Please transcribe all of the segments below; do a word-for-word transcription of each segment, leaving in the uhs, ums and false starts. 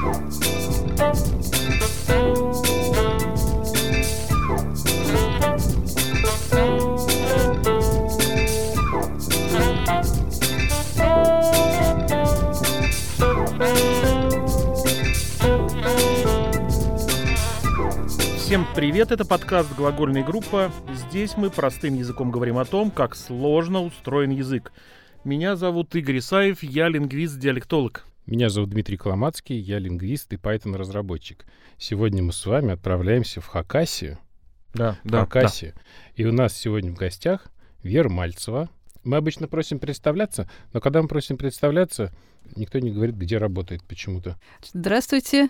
Всем привет, это подкаст «Глагольная группа». Здесь мы простым языком говорим о том, как сложно устроен язык. Меня зовут Игорь Исаев, я лингвист-диалектолог. Меня зовут Дмитрий Коломацкий, я лингвист и Python-разработчик. Сегодня мы с вами отправляемся в Хакасию. Да, в да, Хакасию. да. И у нас сегодня в гостях Вера Мальцева. Мы обычно просим представляться, но когда мы просим представляться, никто не говорит, где работает почему-то. Здравствуйте.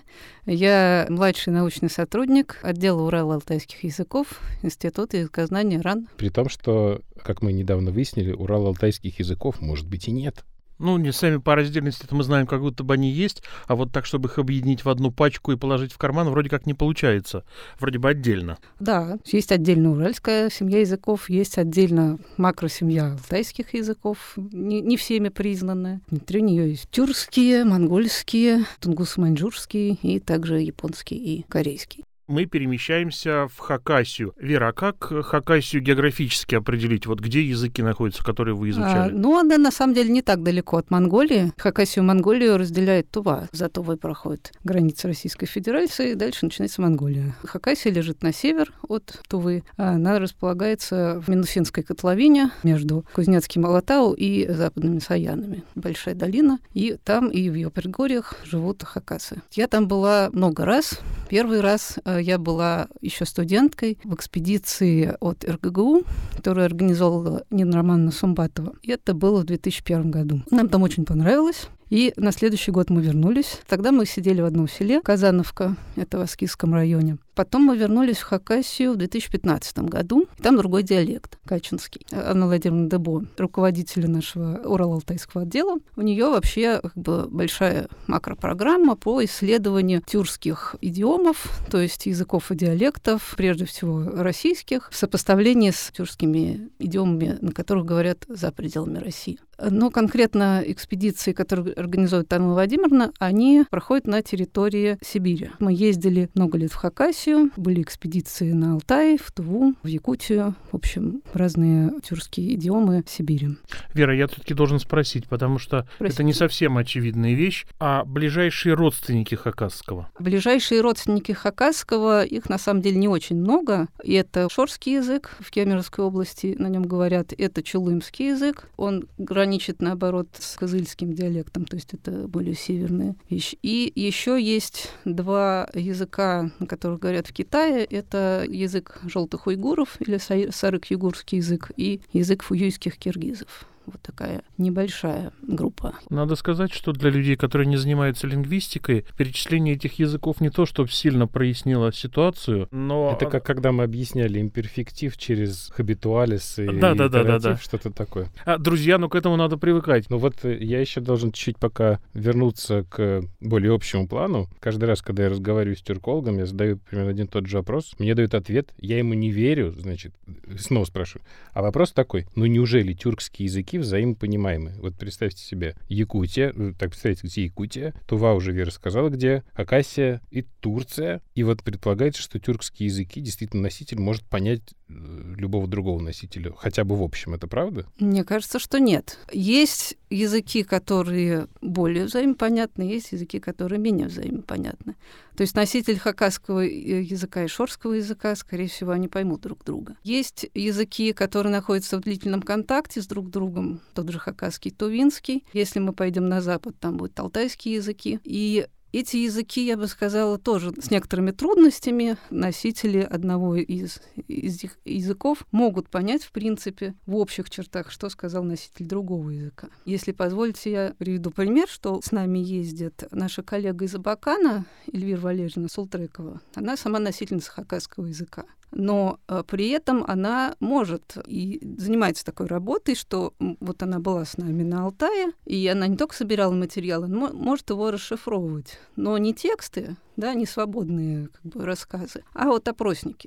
Я младший научный сотрудник отдела Урало-Алтайских языков Института языкознания РАН. При том, что, как мы недавно выяснили, Урало-Алтайских языков, может быть, и нет. Ну, не сами по раздельности мы знаем, как будто бы они есть, а вот так, чтобы их объединить в одну пачку и положить в карман, вроде как не получается. Вроде бы отдельно. Да, есть отдельно уральская семья языков, есть отдельно макросемья алтайских языков, не, не всеми признанная. Внутри нее есть тюркские, монгольские, тунгус-маньчжурские и также японский и корейский. Мы перемещаемся в Хакасию. Вера, а как Хакасию географически определить? Вот где языки находятся, которые вы изучали? А, ну, она на самом деле не так далеко от Монголии. Хакасию и Монголию разделяет Тува. За Тувой проходит граница Российской Федерации, и дальше начинается Монголия. Хакасия лежит на север от Тувы. Она располагается в Минусинской котловине между Кузнецким Алатау и западными Саянами. Большая долина, и там и в ее предгорьях живут хакасы. Я там была много раз. Первый раз я была еще студенткой в экспедиции от эр гэ гэ у, которую организовала Нина Романовна Сумбатова. И это было в две тысячи первом году. Нам там очень понравилось. И на следующий год мы вернулись. Тогда мы сидели в одном селе, Казановка, это в Аскизском районе. Потом мы вернулись в Хакасию в две тысячи пятнадцатом году. И там другой диалект, качинский. Анна Владимировна Дебо, руководитель нашего Урало-Алтайского отдела, у нее вообще как бы большая макропрограмма по исследованию тюркских идиомов, то есть языков и диалектов, прежде всего российских, в сопоставлении с тюркскими идиомами, на которых говорят за пределами России. Но конкретно экспедиции, которые организует Анна Владимировна, они проходят на территории Сибири. Мы ездили много лет в Хакасию, были экспедиции на Алтай, в Туву, в Якутию. В общем, разные тюркские идиомы Сибири. Вера, я все-таки должен спросить, потому что Простите. Это не совсем очевидная вещь. А ближайшие родственники хакасского? Ближайшие родственники хакасского, их на самом деле не очень много. И это шорский язык в Кемеровской области, на нем говорят. Это чулымский язык. Он граничит, наоборот, с кызыльским диалектом, то есть это более северная вещь. И еще есть два языка, на которых говорят в Китае. Это язык желтых уйгуров или сарык-югурский язык и язык фуюйских киргизов. Вот такая небольшая группа. Надо сказать, что для людей, которые не занимаются лингвистикой, перечисление этих языков не то, чтобы сильно прояснило ситуацию, но... Это как когда мы объясняли имперфектив через хабитуалис и да, да, да, да, да. что-то такое. А, друзья, ну к этому надо привыкать. Ну вот я еще должен чуть-чуть пока вернуться к более общему плану. Каждый раз, когда я разговариваю с тюркологом, я задаю примерно один и тот же вопрос. Мне дают ответ, я ему не верю, значит, снова спрашиваю. А вопрос такой, ну неужели тюркские языки взаимопонимаемы? Вот представьте себе, Якутия, так представьте, где Якутия, Тува уже Вера сказала, где, Хакасия и Турция. И вот предполагается, что тюркские языки действительно носитель может понять любого другого носителя, хотя бы в общем. Это правда? Мне кажется, что нет. Есть языки, которые более взаимопонятны, есть языки, которые менее взаимопонятны. То есть носитель хакасского языка и шорского языка, скорее всего, они поймут друг друга. Есть языки, которые находятся в длительном контакте с друг другом, тот же хакасский, тувинский. Если мы пойдем на запад, там будут алтайские языки. И эти языки, я бы сказала, тоже с некоторыми трудностями носители одного из, из их языков могут понять, в принципе, в общих чертах, что сказал носитель другого языка. Если позволите, я приведу пример, что с нами ездит наша коллега из Абакана, Эльвира Валерьевна Султрекова. Она сама носительница хакасского языка. Но э, при этом она может и занимается такой работой, что вот она была с нами на Алтае, и она не только собирала материал, она может его расшифровывать. Но не тексты, да, не свободные как бы, рассказы, а вот опросники.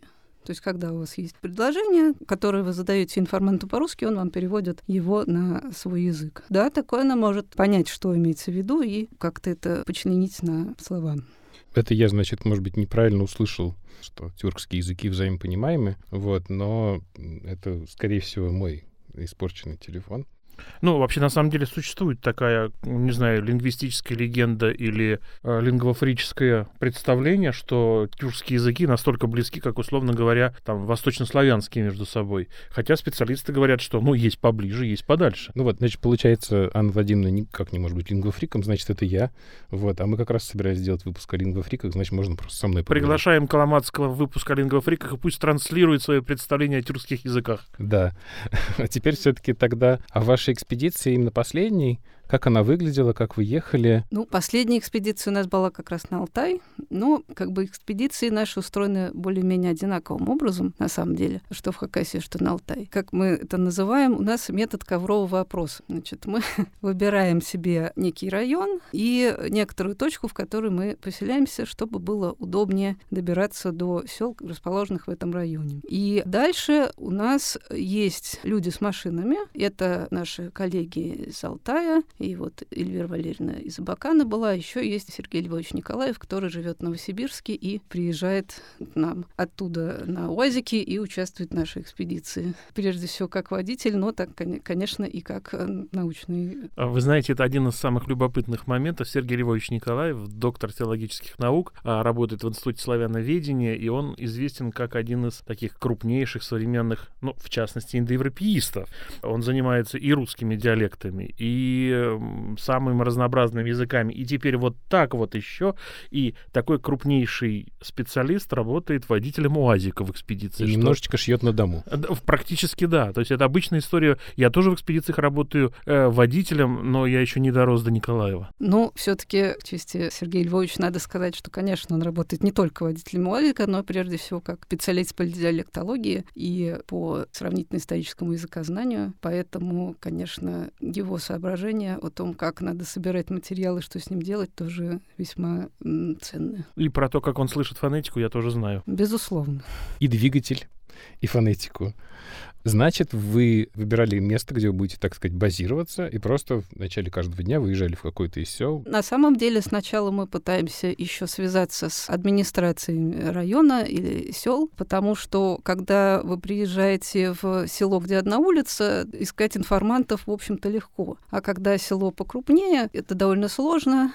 То есть, когда у вас есть предложение, которое вы задаете информанту по-русски, он вам переводит его на свой язык. Да, такое она может понять, что имеется в виду, и как-то это почленить на слова. Это я, значит, может быть, неправильно услышал, что тюркские языки взаимопонимаемы, вот, но это, скорее всего, мой испорченный телефон. Ну, вообще, на самом деле, существует такая, не знаю, лингвистическая легенда или э, лингвофрическое представление, что тюркские языки настолько близки, как, условно говоря, там, восточнославянские между собой. Хотя специалисты говорят, что, ну, есть поближе, есть подальше. Ну вот, значит, получается, Анна Владимировна никак не может быть лингвофриком, значит, это я. Вот, а мы как раз собирались сделать выпуск о лингвофриках, значит, можно просто со мной поговорить. Приглашаем Коломатского в выпуск о лингвофриках, и пусть транслирует свое представление о тюркских языках. Да. А теперь все-таки тогда о вашей экспедиции, именно последней, как она выглядела, как вы ехали? Ну, последняя экспедиция у нас была как раз на Алтай, но как бы экспедиции наши устроены более-менее одинаковым образом, на самом деле, что в Хакасии, что на Алтай. Как мы это называем, у нас метод коврового опроса. Значит, мы выбираем себе некий район и некоторую точку, в которой мы поселяемся, чтобы было удобнее добираться до сел, расположенных в этом районе. И дальше у нас есть люди с машинами. Это наши коллеги из Алтая, и вот Эльвира Валерьевна из Абакана была. Еще есть Сергей Львович Николаев, который живет в Новосибирске и приезжает к нам оттуда на УАЗике и участвует в нашей экспедиции. Прежде всего как водитель, но так, конечно, и как научный. Вы знаете, это один из самых любопытных моментов. Сергей Львович Николаев, доктор теологических наук, работает в Институте славяноведения, и он известен как один из таких крупнейших современных, ну, в частности, индоевропеистов. Он занимается и русскими диалектами, и самыми разнообразными языками. И теперь вот так вот еще. И такой крупнейший специалист работает водителем УАЗика в экспедиции. И что... немножечко шьет на дому. Практически да. То есть это обычная история. Я тоже в экспедициях работаю э, водителем, но я еще не дорос до Николаева. Ну, все-таки в чести Сергея Львовича надо сказать, что, конечно, он работает не только водителем УАЗика, но прежде всего как специалист по диалектологии и по сравнительно-историческому языкознанию. Поэтому, конечно, его соображения о том, как надо собирать материалы, что с ним делать, тоже весьма м, ценные. И про то, как он слышит фонетику, я тоже знаю. Безусловно. И двигатель, и фонетику. Значит, вы выбирали место, где вы будете, так сказать, базироваться, и просто в начале каждого дня выезжали в какой-то из сел. На самом деле, сначала мы пытаемся еще связаться с администрацией района или сел, потому что, когда вы приезжаете в село, где одна улица, искать информантов, в общем-то, легко. А когда село покрупнее, это довольно сложно,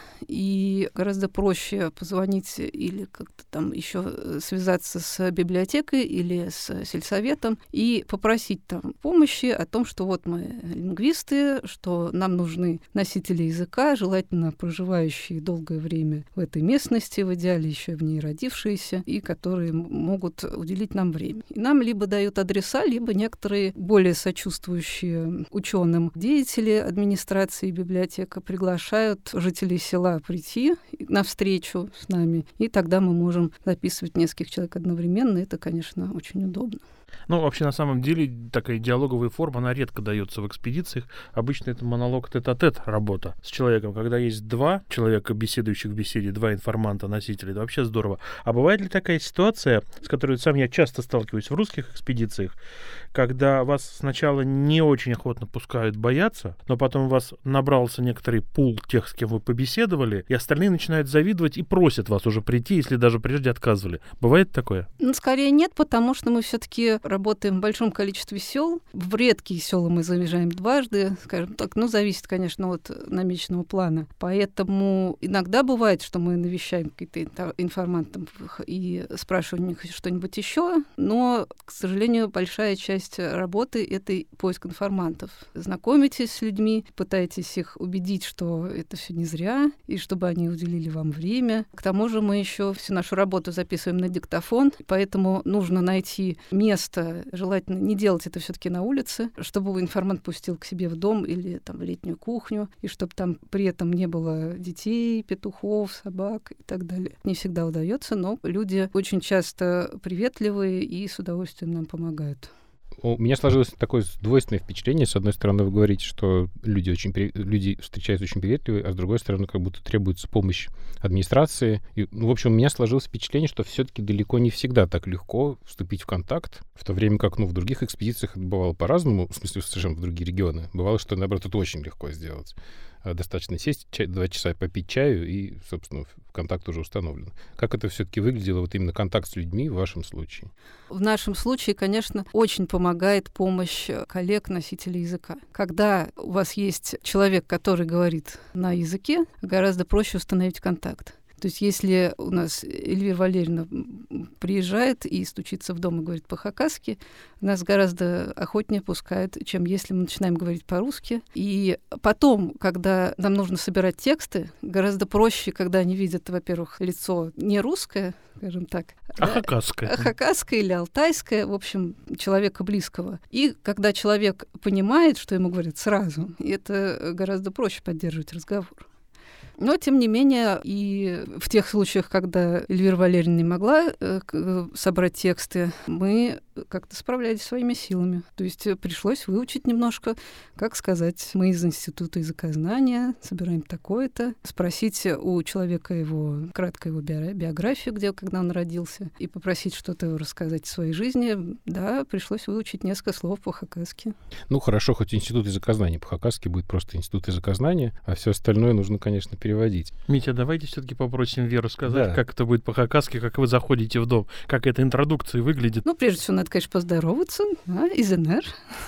и гораздо проще позвонить или как-то там еще связаться с библиотекой или с сельсоветом и попросить просить там помощи о том, что вот мы лингвисты, что нам нужны носители языка, желательно проживающие долгое время в этой местности, в идеале еще в ней родившиеся, и которые могут уделить нам время. И нам либо дают адреса, либо некоторые более сочувствующие ученым деятели администрации и библиотека приглашают жителей села прийти на встречу с нами, и тогда мы можем записывать нескольких человек одновременно. Это, конечно, очень удобно. Ну, вообще, на самом деле, такая диалоговая форма, она редко дается в экспедициях. Обычно это монолог тет-а-тет работа с человеком. Когда есть два человека, беседующих в беседе, два информанта, носителя, это вообще здорово. А бывает ли такая ситуация, с которой сам я часто сталкиваюсь в русских экспедициях, когда вас сначала не очень охотно пускают бояться, но потом у вас набрался некоторый пул тех, с кем вы побеседовали, и остальные начинают завидовать и просят вас уже прийти, если даже прежде отказывали. Бывает такое? Ну, скорее нет, потому что мы все-таки работаем в большом количестве сел. В редкие села мы заезжаем дважды, скажем так. Ну, зависит, конечно, от намеченного плана. Поэтому иногда бывает, что мы навещаем каких-то информантов и спрашиваем у них что-нибудь еще, но, к сожалению, большая часть работы — это поиск информантов. Знакомитесь с людьми, пытаетесь их убедить, что это все не зря, и чтобы они уделили вам время. К тому же мы еще всю нашу работу записываем на диктофон, поэтому нужно найти место, желательно не делать это все-таки на улице, чтобы информант пустил к себе в дом или там, в летнюю кухню, и чтобы там при этом не было детей, петухов, собак и так далее. Не всегда удается, но люди очень часто приветливые и с удовольствием нам помогают. У меня сложилось такое двойственное впечатление. С одной стороны, вы говорите, что люди, очень, люди встречаются очень приветливые, а с другой стороны, как будто требуется помощь администрации. И, ну, в общем, у меня сложилось впечатление, что все-таки далеко не всегда так легко вступить в контакт, в то время как, ну, в других экспедициях это бывало по-разному, в смысле, совершенно в другие регионы. Бывало, что, наоборот, это очень легко сделать. Достаточно сесть, чай, два часа попить чаю, и, собственно, контакт уже установлен. Как это все-таки выглядело, вот именно контакт с людьми в вашем случае? В нашем случае, конечно, очень помогает помощь коллег-носителей языка. Когда у вас есть человек, который говорит на языке, гораздо проще установить контакт. То есть если у нас Эльвира Валерьевна приезжает и стучится в дом и говорит по-хакасски, нас гораздо охотнее пускают, чем если мы начинаем говорить по-русски. И потом, когда нам нужно собирать тексты, гораздо проще, когда они видят, во-первых, лицо не русское, скажем так, а хакасское. А хакасское или алтайское, в общем, человека близкого. И когда человек понимает, что ему говорят сразу, это гораздо проще поддерживать разговор. Но, тем не менее, и в тех случаях, когда Эльвира Валерьевна не могла э, собрать тексты, мы как-то справлялись своими силами. То есть пришлось выучить немножко, как сказать, мы из Института языкознания собираем такое-то, спросить у человека его, кратко его биографию, где, когда он родился, и попросить что-то рассказать о своей жизни. Да, пришлось выучить несколько слов по-хакасски. Ну, хорошо, хоть Институт языкознания по-хакасски будет просто Институт языкознания, а все остальное нужно, конечно, переводить. Митя, давайте все-таки попросим Веру сказать, да. как это будет по-хакасски, как вы заходите в дом, как эта интродукция выглядит. Ну, прежде всего, надо, конечно, поздороваться. Да, Изенер.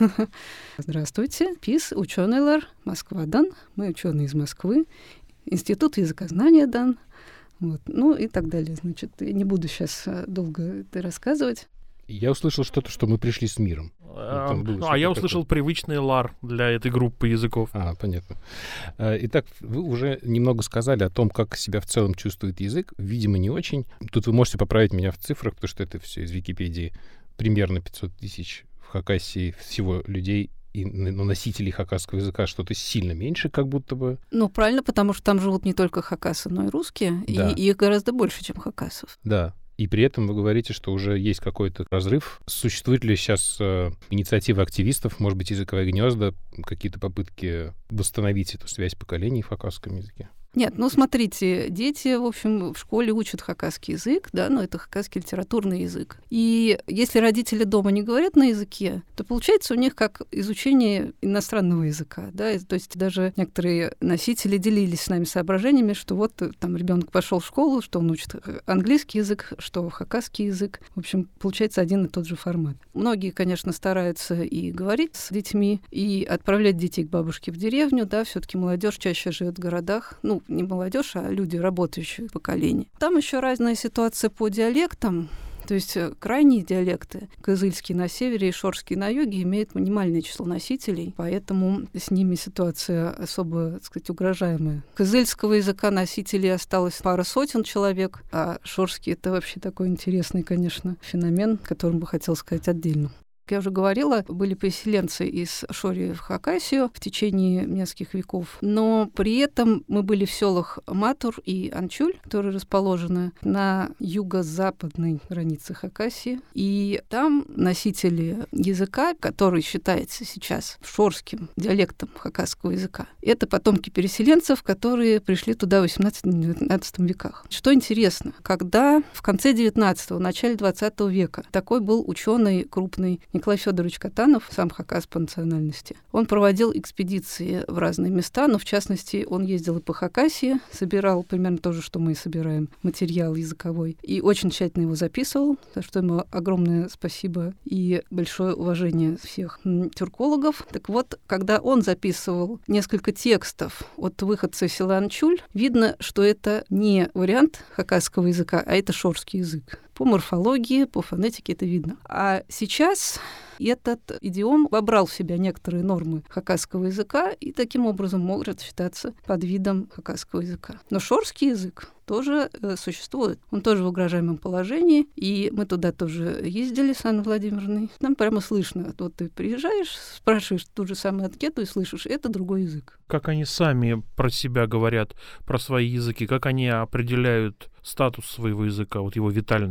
Здравствуйте. ПИС, ученый-лар, Москва-дан. Мы ученые из Москвы. Институт языкознания дан. Вот. Ну и так далее. Значит, я не буду сейчас долго это рассказывать. Я услышал что-то, что мы пришли с миром. А, ну, а я услышал такое. Привычный лар для этой группы языков. А, понятно. Итак, вы уже немного сказали о том, как себя в целом чувствует язык. Видимо, не очень. Тут вы можете поправить меня в цифрах, потому что это все из Википедии. Примерно пятьсот тысяч в Хакасии всего людей, и носителей хакасского языка что-то сильно меньше, как будто бы. Ну, правильно, потому что там живут не только хакасы, но и русские, да. И их гораздо больше, чем хакасов. Да. И при этом вы говорите, что уже есть какой-то разрыв. Существует ли сейчас э, инициатива активистов, может быть, языковые гнезда, какие-то попытки восстановить эту связь поколений в хакасском языке? Нет, ну смотрите, дети, в общем, в школе учат хакасский язык, да, но это хакасский литературный язык. И если родители дома не говорят на языке, то получается у них как изучение иностранного языка, да, то есть даже некоторые носители делились с нами соображениями, что вот там ребенок пошел в школу, что он учит английский язык, что хакасский язык. В общем, получается один и тот же формат. Многие, конечно, стараются и говорить с детьми, и отправлять детей к бабушке в деревню, да, все-таки молодежь чаще живет в городах, ну, не молодежь, а люди, работающие поколения. Там еще разная ситуация по диалектам. То есть крайние диалекты, кызыльский на севере и шорский на юге, имеют минимальное число носителей, поэтому с ними ситуация особо, так сказать, угрожаемая. Кызыльского языка носителей осталось пара сотен человек, а шорский — это вообще такой интересный, конечно, феномен, о котором бы хотела сказать отдельно. Как я уже говорила, были переселенцы из Шори в Хакасию в течение нескольких веков, но при этом мы были в селах Матур и Анчуль, которые расположены на юго-западной границе Хакасии, и там носители языка, который считается сейчас шорским диалектом хакасского языка, это потомки переселенцев, которые пришли туда в восемнадцатом-девятнадцатом веках. Что интересно, когда в конце девятнадцатого, начале двадцатого века такой был ученый крупный Николай Федорович Катанов, сам хакас по национальности, он проводил экспедиции в разные места, но в частности он ездил и по Хакасии, собирал примерно то же, что мы и собираем, материал языковой, и очень тщательно его записывал, за что ему огромное спасибо и большое уважение всех тюркологов. Так вот, когда он записывал несколько текстов от выходца из села Анчуль, видно, что это не вариант хакасского языка, а это шорский язык. По морфологии, по фонетике это видно. А сейчас этот идиом вобрал в себя некоторые нормы хакасского языка и таким образом может считаться подвидом хакасского языка. Но шорский язык тоже э, существует. Он тоже в угрожаемом положении, и мы туда тоже ездили с Анной Владимировной. Там прямо слышно. Вот ты приезжаешь, спрашиваешь ту же самую анкету и слышишь, это другой язык. Как они сами про себя говорят, про свои языки, как они определяют статус своего языка, вот его витальность?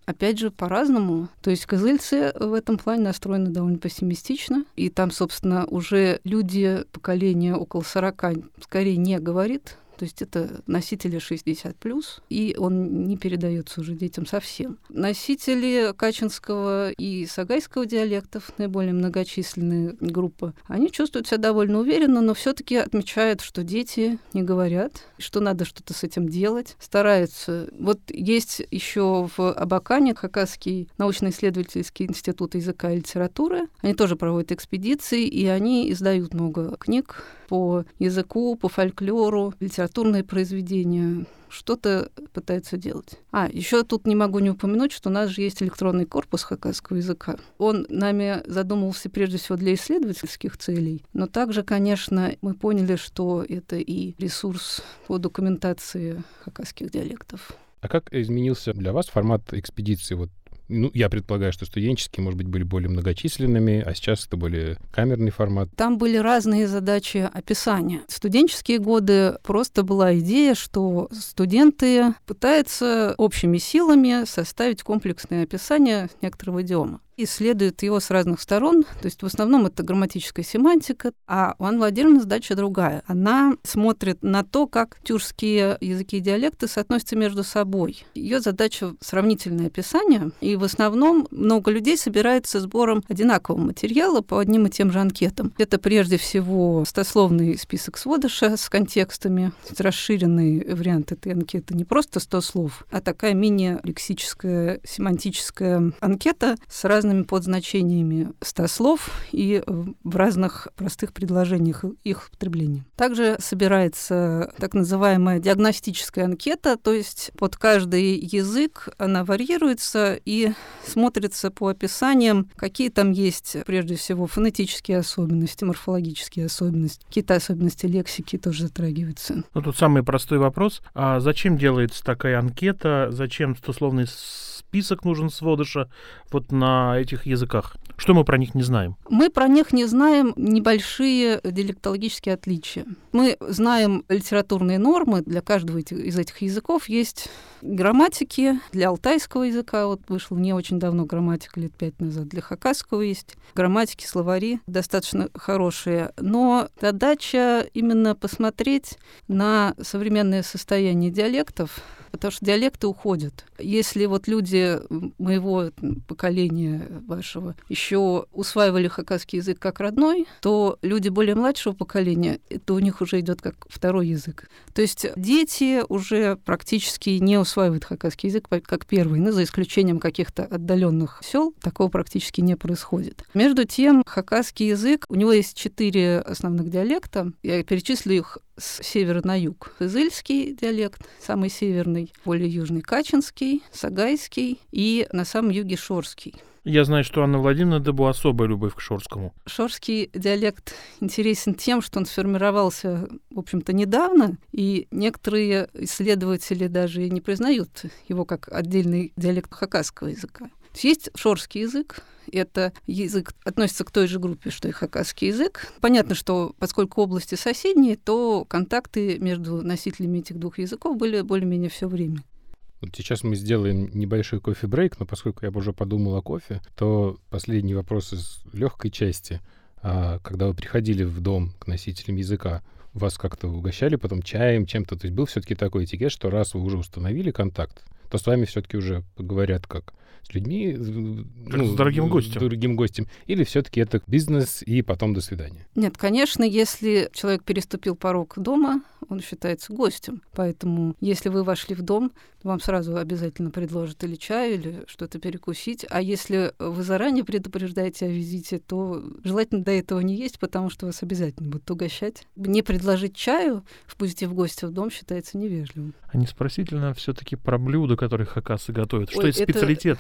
Опять же, по-разному. То есть кызыльцы в этом плане настроены довольно пессимистично. И там, собственно, уже люди поколения около сорока скорее не говорит. То есть это носители шестьдесят плюс, и он не передается уже детям совсем. Носители качинского и сагайского диалектов, наиболее многочисленная группа, они чувствуют себя довольно уверенно, но все-таки отмечают, что дети не говорят, что надо что-то с этим делать, стараются. Вот есть еще в Абакане Хакасский научно-исследовательский институт языка и литературы. Они тоже проводят экспедиции, и они издают много книг по языку, по фольклору, литературные произведения, что-то пытаются делать. А, еще тут не могу не упомянуть, что у нас же есть электронный корпус хакасского языка. Он нами задумывался прежде всего для исследовательских целей, но также, конечно, мы поняли, что это и ресурс по документации хакасских диалектов. А как изменился для вас формат экспедиции? Вот, ну, я предполагаю, что студенческие, может быть, были более многочисленными, а сейчас это более камерный формат. Там были разные задачи описания. В студенческие годы просто была идея, что студенты пытаются общими силами составить комплексное описание некоторого идиома. Исследует его с разных сторон, то есть в основном это грамматическая семантика, а у Анны Владимировны задача другая. Она смотрит на то, как тюркские языки и диалекты соотносятся между собой. Ее задача — сравнительное описание, и в основном много людей собирается сбором одинакового материала по одним и тем же анкетам. Это прежде всего стословный список сводыша с контекстами, расширенный вариант этой анкеты, не просто сто слов, а такая мини-лексическая, семантическая анкета с разными разными подзначениями ста слов и в разных простых предложениях их употребления. Также собирается так называемая диагностическая анкета, то есть под каждый язык она варьируется и смотрится по описаниям, какие там есть, прежде всего, фонетические особенности, морфологические особенности, какие-то особенности лексики тоже затрагиваются. Ну, тут самый простой вопрос. А зачем делается такая анкета? Зачем стословный список нужен сводыша вот на этих языках? Что мы про них не знаем? Мы про них не знаем небольшие диалектологические отличия. Мы знаем литературные нормы. Для каждого из этих языков есть грамматики. Для алтайского языка вот вышла не очень давно грамматика, лет пять назад. Для хакасского есть грамматики, словари достаточно хорошие. Но задача именно посмотреть на современное состояние диалектов, потому что диалекты уходят. Если вот люди моего поколения вашего еще усваивали хакасский язык как родной, то люди более младшего поколения, это у них уже идет как второй язык. То есть дети уже практически не усваивают хакасский язык как первый, ну, за исключением каких-то отдаленных сел, такого практически не происходит. Между тем, хакасский язык, у него есть четыре основных диалекта, я перечислю их с севера на юг. Кызыльский диалект, самый северный, более южный качинский, сагайский и на самом юге шорский. Я знаю, что Анна Владимировна была особая любовь к шорскому. Шорский диалект интересен тем, что он сформировался, в общем-то, недавно, и некоторые исследователи даже не признают его как отдельный диалект хакасского языка. Есть шорский язык, это язык относится к той же группе, что и хакасский язык. Понятно, что поскольку области соседние, то контакты между носителями этих двух языков были более-менее все время. Вот сейчас мы сделаем небольшой кофе-брейк, но поскольку я уже подумал о кофе, то последний вопрос из легкой части. А когда вы приходили в дом к носителям языка, вас как-то угощали потом чаем, чем-то? То есть был все-таки такой этикет, что раз вы уже установили контакт, то с вами все-таки уже поговорят как с людьми, как ну, с дорогим гостем. дорогим гостем, или все-таки это бизнес и потом до свидания? Нет, конечно, если человек переступил порог дома, он считается гостем. Поэтому, если вы вошли в дом, то вам сразу обязательно предложат или чай, или что-то перекусить. А если вы заранее предупреждаете о визите, то желательно до этого не есть, потому что вас обязательно будут угощать. Не предложить чаю, впустив гостя в дом, считается невежливым. А не спросить ли нам все-таки про блюда, которые хакасы готовят? Что Ой, из специалитета?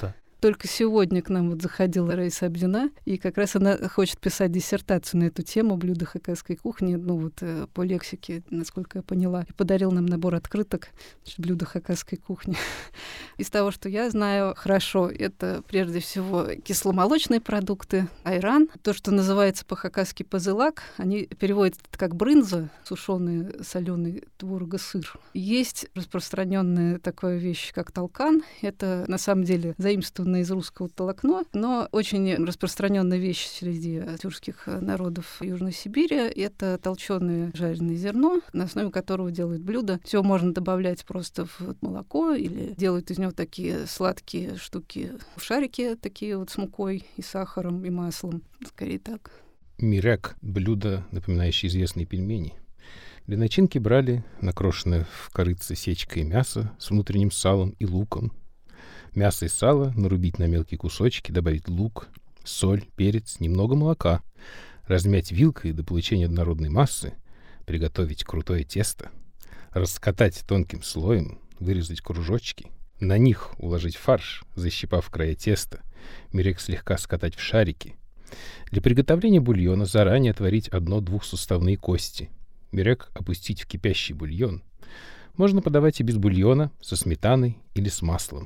только сегодня к нам вот заходила Раиса Абдина, и как раз она хочет писать диссертацию на эту тему блюда хакасской кухни, ну вот по лексике, насколько я поняла, и подарил нам набор открыток блюда хакасской кухни. Из того, что я знаю хорошо, это прежде всего кисломолочные продукты, айран, то, что называется по-хакасски пазылак, они переводят это как брынза, сушеный соленый творога сыр. Есть распространенная такая вещь, как толкан. Это на самом деле заимствованное из русского толокно, но очень распространенная вещь среди тюркских народов Южной Сибири. Это толченое жареное зерно, на основе которого делают блюда. Все можно добавлять просто в молоко или делают из него такие сладкие штуки в шарики, такие вот с мукой и сахаром и маслом. Скорее так. Миряк — блюдо, напоминающее известные пельмени. Для начинки брали накрошенное в корытце сечкой мясо с внутренним салом и луком. Мясо и сало нарубить на мелкие кусочки, добавить лук, соль, перец, немного молока, размять вилкой до получения однородной массы, приготовить крутое тесто, раскатать тонким слоем, вырезать кружочки, на них уложить фарш, защипав края теста, миряк слегка скатать в шарики. Для приготовления бульона заранее отварить одно-двухсуставные кости. Миряк опустить в кипящий бульон. Можно подавать и без бульона, со сметаной или с маслом.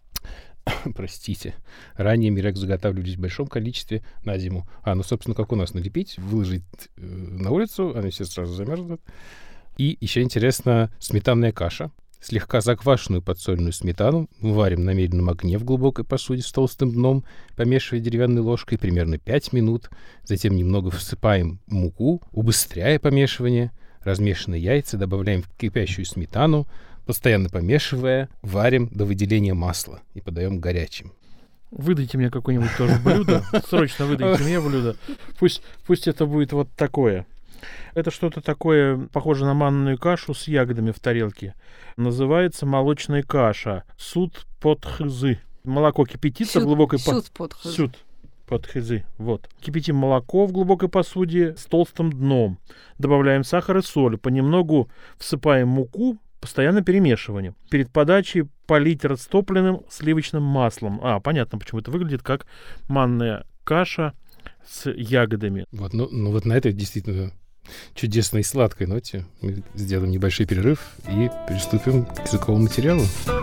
Простите. Ранее миряк заготавливались в большом количестве на зиму. А, ну, собственно, как у нас, налепить, выложить э, на улицу, они все сразу замерзнут. И еще интересно, сметанная каша. Слегка заквашенную подсоленную сметану варим на медленном огне в глубокой посуде с толстым дном, помешивая деревянной ложкой примерно пять минут. Затем немного всыпаем муку, убыстряя помешивание. Размешанные яйца добавляем в кипящую сметану, постоянно помешивая, варим до выделения масла и подаем горячим. Выдайте мне какое-нибудь тоже блюдо. Срочно выдайте мне блюдо. Пусть, пусть это будет вот такое. Это что-то такое, похоже на манную кашу с ягодами в тарелке. Называется молочная каша. Суд под хызы. Молоко кипятится в глубокой посуде. Суд под хызы. Суд под хызы. Вот. Кипятим молоко в глубокой посуде с толстым дном. Добавляем сахар и соль. Понемногу всыпаем муку, постоянно перемешиванием. Перед подачей полить растопленным сливочным маслом. А, понятно, почему это выглядит как манная каша с ягодами. Вот, ну, ну вот на этой действительно чудесной и сладкой ноте мы сделаем небольшой перерыв и приступим к языковому материалу.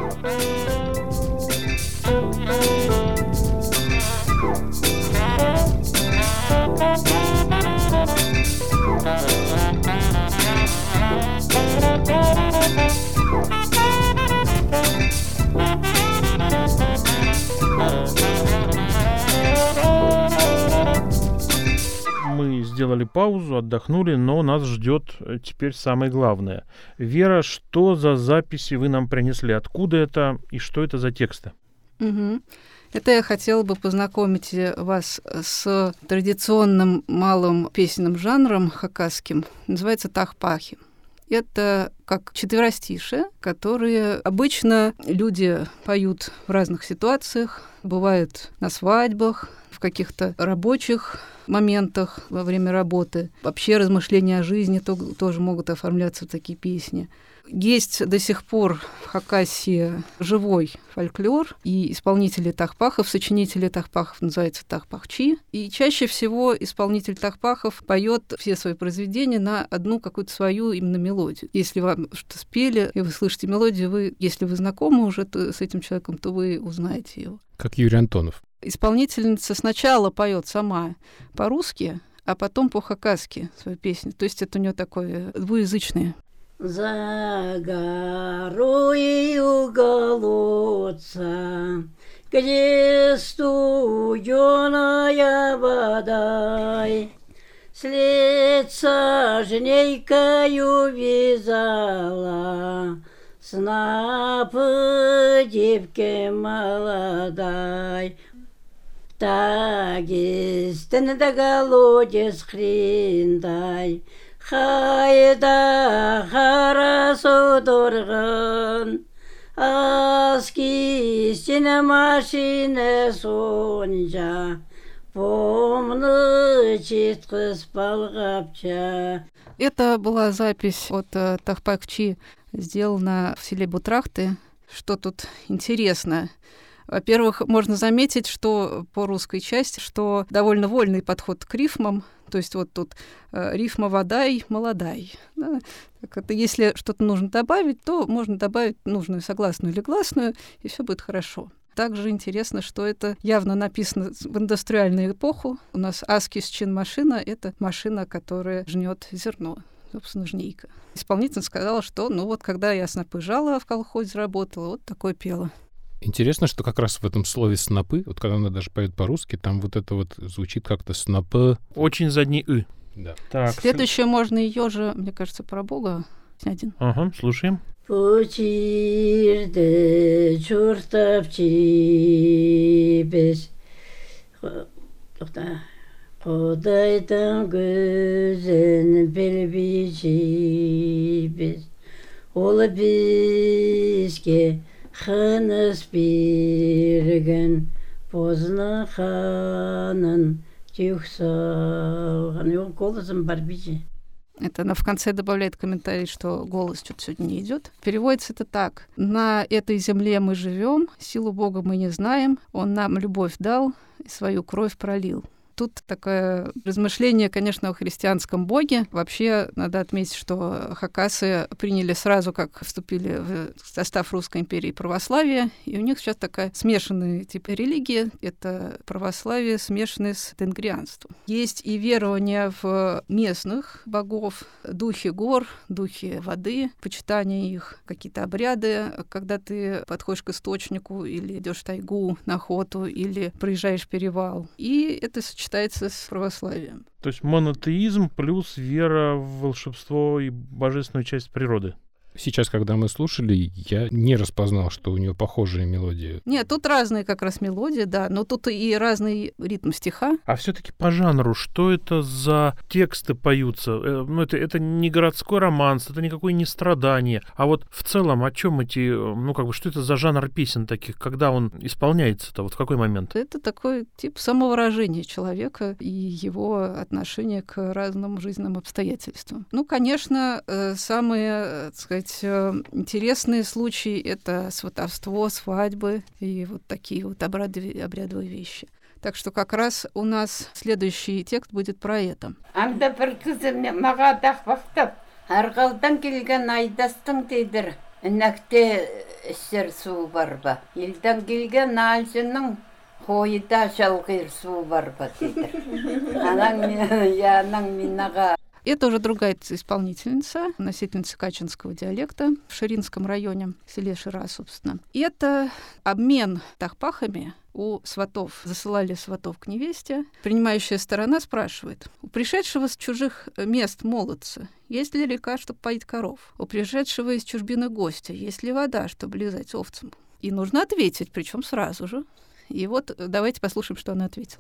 Мы сделали паузу, отдохнули, но нас ждет теперь самое главное. Вера, что за записи вы нам принесли? Откуда это и что это за тексты? Угу. Это я хотела бы познакомить вас с традиционным малым песенным жанром хакасским. Называется тахпахи. Это как четверостишие, которые обычно люди поют в разных ситуациях. Бывает на свадьбах, в каких-то рабочих моментах во время работы. Вообще размышления о жизни то, тоже могут оформляться в такие песни. Есть до сих пор в Хакасии живой фольклор, и исполнители тахпахов, сочинители тахпахов называются тахпахчи. И чаще всего исполнитель тахпахов поет все свои произведения на одну какую-то свою именно мелодию. Если вам что-то спели, и вы слышите мелодию, вы, если вы знакомы уже то, с этим человеком, то вы узнаете его. Как Юрий Антонов. Исполнительница сначала поет сама по-русски, а потом по-хакасски свою песню. То есть это у нее такое двуязычное. За горою колодца, где студеная вода, след сажнейкою вязала, снапы девки молодой. Так истин да колодец хрендай, хайда харасу дорган, аскистин машина сонжа, помны читкыс балгапча. Это была запись от uh, Тахпахчи, сделана в селе Бутрахты. Что тут интересно? Во-первых, можно заметить, что по русской части, что довольно вольный подход к рифмам. То есть вот тут э, рифма «водай», «молодай». Да? Так это, если что-то нужно добавить, то можно добавить нужную согласную или гласную, и все будет хорошо. Также интересно, что это явно написано в индустриальную эпоху. У нас аскис чин машина — это машина, которая жнет зерно, собственно, жнейка. Исполнительница сказала, что ну вот когда я снопы жала в колхозе работала, вот такое пела. Интересно, что как раз в этом слове «снопы», вот когда она даже поет по-русски, там вот это вот звучит как-то «снопы». Очень задний «ы». Да. Так, Следующее можно ее же, мне кажется, про Бога. Один. Ага, слушаем. Пучирде чуртапчибес Құдайдың көзін білбейчибес Ол бізге қыныс берген Бозны ханын тек салған. Его голосом барбичи. Это она в конце добавляет комментарий, что голос что-то сегодня не идет. Переводится это так. На этой земле мы живем, силу Бога мы не знаем, Он нам любовь дал и свою кровь пролил. Тут такое размышление, конечно, о христианском боге. Вообще, надо отметить, что хакасы приняли сразу, как вступили в состав Русской империи, православие, и у них сейчас такая смешанная типа религии. Это православие, смешанное с тенгрианством. Есть и верование в местных богов, духи гор, духи воды, почитание их, какие-то обряды, когда ты подходишь к источнику или идешь в тайгу на охоту, или проезжаешь перевал. И это сочетается считается с православием. То есть монотеизм плюс вера в волшебство и божественную часть природы. Сейчас, когда мы слушали, я не распознал, что у нее похожие мелодии. Нет, тут разные как раз мелодии, да, но тут и разный ритм стиха. А все-таки по жанру, что это за тексты поются? Ну, это, это не городской романс, это никакое не страдание. А вот в целом, о чем эти, ну, как бы, что это за жанр песен таких? Когда он исполняется-то? Вот в какой момент? Это такой тип самовыражения человека и его отношения к разным жизненным обстоятельствам. Ну, конечно, самые, так сказать, интересные случаи — это сватовство, свадьбы и вот такие вот обрядовые, обрядовые вещи. Так что как раз у нас следующий текст будет про это. Анда бір кізім маға дақпақтап, арғалдан келген айдастың дейдір, інәкте іссер су бар ба. Елден келген алшының қойда шалғыр су бар ба дейдір. Анаң яның минаға. Это уже другая исполнительница, носительница качинского диалекта в Ширинском районе, в селе Шира, собственно. И это обмен тахпахами. У сватов засылали сватов к невесте. Принимающая сторона спрашивает: у пришедшего с чужих мест молодца есть ли река, чтобы поить коров? У пришедшего из чужбины гостя есть ли вода, чтобы лизать овцам? И нужно ответить, причем сразу же. И вот давайте послушаем, что она ответила.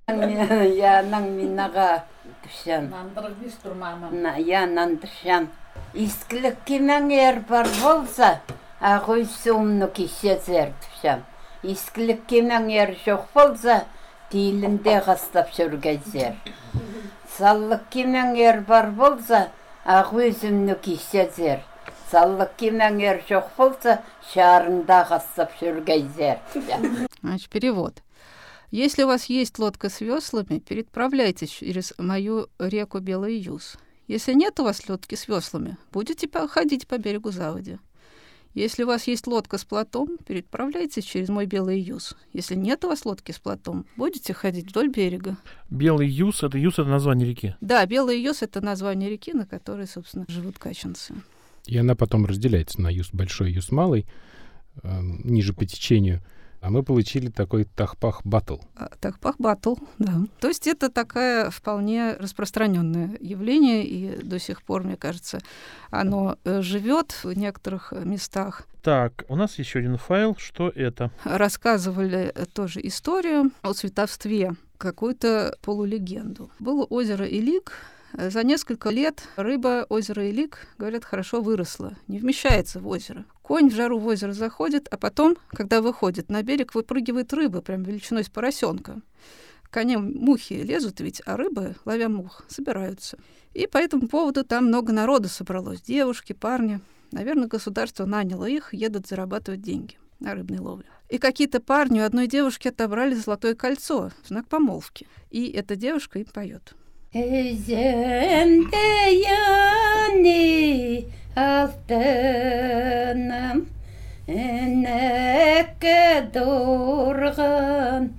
Я наңминаға түшем. Нандырғыз тұрмамын. Я нандыршам. Искілік кемең ер бар болса, ағой суымны кешезер түшем. Искілік кемең ер жоқ болса, дейлінде ғастап жүргезер. Саллық кемең ер бар болса, ағой зүмні кешезер. Саллық кемең ер жоқ болса, шарында ғастап жүргезер. Значит, перевод. Если у вас есть лодка с веслами, переправляйтесь через мою реку Белый Юз. Если нет у вас лодки с веслами, будете ходить по берегу Заводи. Если у вас есть лодка с плотом, переправляйтесь через мой Белый Юз. Если нет у вас лодки с плотом, будете ходить вдоль берега. Белый Юз — это Юз — это название реки? Да, Белый Юз — это название реки, на которой, собственно, живут качинцы. И она потом разделяется на Юз большой, Юз малый, э, ниже по течению. А мы получили такой тахпах-баттл. Тахпах-баттл, да. То есть это такое вполне распространенное явление, и до сих пор, мне кажется, оно живет в некоторых местах. Так, у нас еще один файл. Что это? Рассказывали тоже историю о сватовстве, какую-то полулегенду. Было озеро Илик. За несколько лет рыба озера Илик, говорят, хорошо выросла, не вмещается в озеро. Конь в жару в озеро заходит, а потом, когда выходит на берег, выпрыгивает рыба, прям величиной с поросенка. К коням мухи лезут ведь, а рыбы, ловя мух, собираются. И по этому поводу там много народу собралось, девушки, парни. Наверное, государство наняло их, едут зарабатывать деньги. на рыбной ловле. И какие-то парни у одной девушки отобрали золотое кольцо в знак помолвки. И эта девушка им поет. Özümde yani altınım, Nekke durgan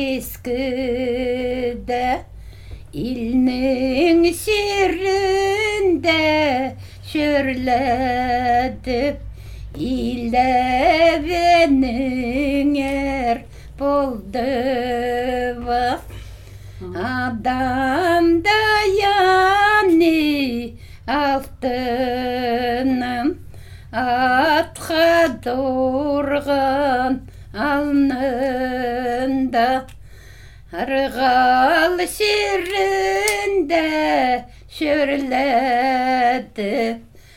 eskide, İlnin sirrinde şörledip, İle benim er buldu. Adam da yani altınım, Atqa durgan alnında, Argal sirrinde şörledi,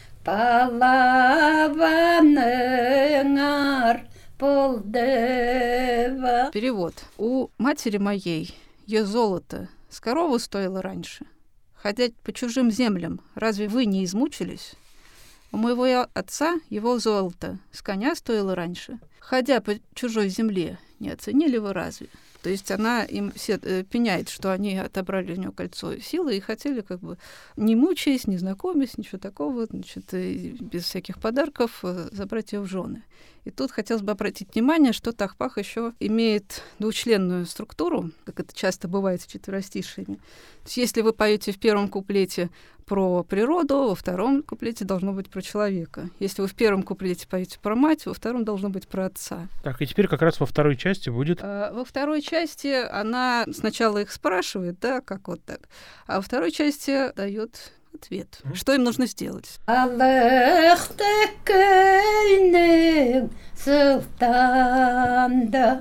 Palavanın ar buldu. Перевод. У матери моей ее золото с коровы стоило раньше. Ходя по чужим землям, разве вы не измучились? У моего отца его золото с коня стоило раньше. Ходя по чужой земле, не оценили вы разве? То есть она им все э, пеняет, что они отобрали у него кольцо силы и хотели, как бы, не мучаясь, не знакомясь, ничего такого, значит, без всяких подарков э, забрать ее в жены. И тут хотелось бы обратить внимание, что тахпах еще имеет двухчленную структуру, как это часто бывает с четверостишиями. То есть если вы поете в первом куплете про природу, во втором куплете должно быть про человека. Если вы в первом куплете поете про мать, во втором должно быть про отца. Так, и теперь как раз во второй части будет... А, во второй части она сначала их спрашивает, да, как вот так, а во второй части дает ответ. Mm-hmm. Что им нужно сделать? Аллах'та көлнің сұлтанда,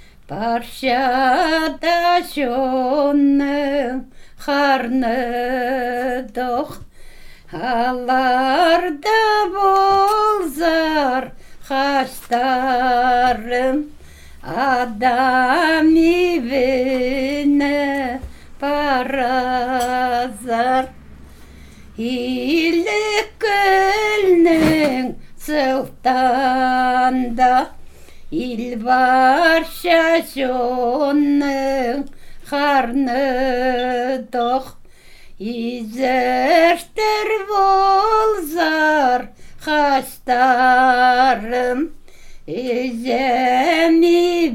Паршада жонның қарны доқ, Аларда болзар қаштарым, Адам ивіне паразар. Илік көлнің сұлтанда, Ил барша жонның қарны доқ, Изертер болзар қаштарым, Изем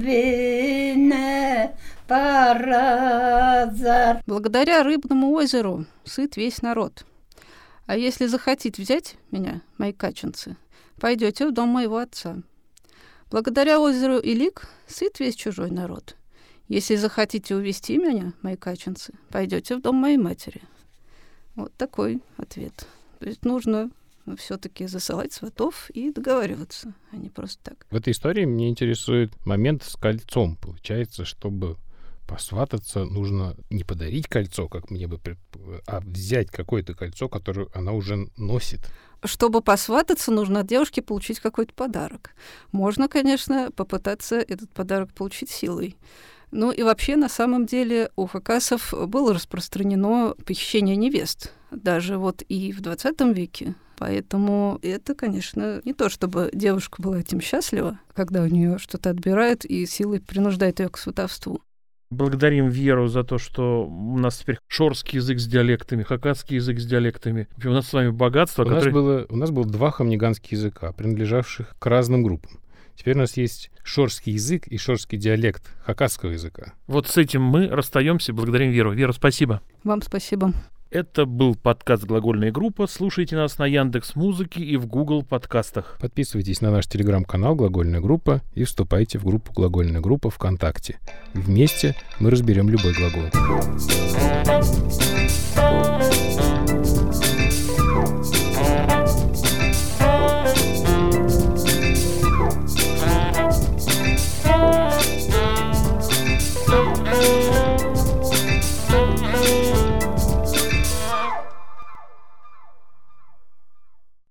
ивіне паразар. Благодаря рыбному озеру сыт весь народ. А если захотите взять меня, мои качанцы, пойдете в дом моего отца. Благодаря озеру Илик сыт весь чужой народ. Если захотите увести меня, мои качанцы, пойдете в дом моей матери. Вот такой ответ. То есть нужно все-таки засылать сватов и договариваться, а не просто так. В этой истории меня интересует момент с кольцом. Получается, чтобы посвататься, нужно не подарить кольцо, как мне бы, а взять какое-то кольцо, которое она уже носит. Чтобы посвататься, нужно от девушки получить какой-то подарок. Можно, конечно, попытаться этот подарок получить силой. Ну и вообще, на самом деле, у хакасов было распространено похищение невест, даже вот и в двадцатом веке. Поэтому это, конечно, не то, чтобы девушка была этим счастлива, когда у нее что-то отбирают и силой принуждают ее к сватовству. Благодарим Веру за то, что у нас теперь шорский язык с диалектами, хакасский язык с диалектами. У нас с вами богатство, у которое... нас было, у нас было два хамниганских языка, принадлежавших к разным группам. Теперь у нас есть шорский язык и шорский диалект хакасского языка. Вот с этим мы расстаемся. Благодарим Веру. Вера, спасибо. Вам спасибо. Это был подкаст «Глагольная группа». Слушайте нас на Яндекс.Музыке и в Google подкастах. Подписывайтесь на наш телеграм-канал «Глагольная группа» и вступайте в группу «Глагольная группа» ВКонтакте. Вместе мы разберем любой глагол.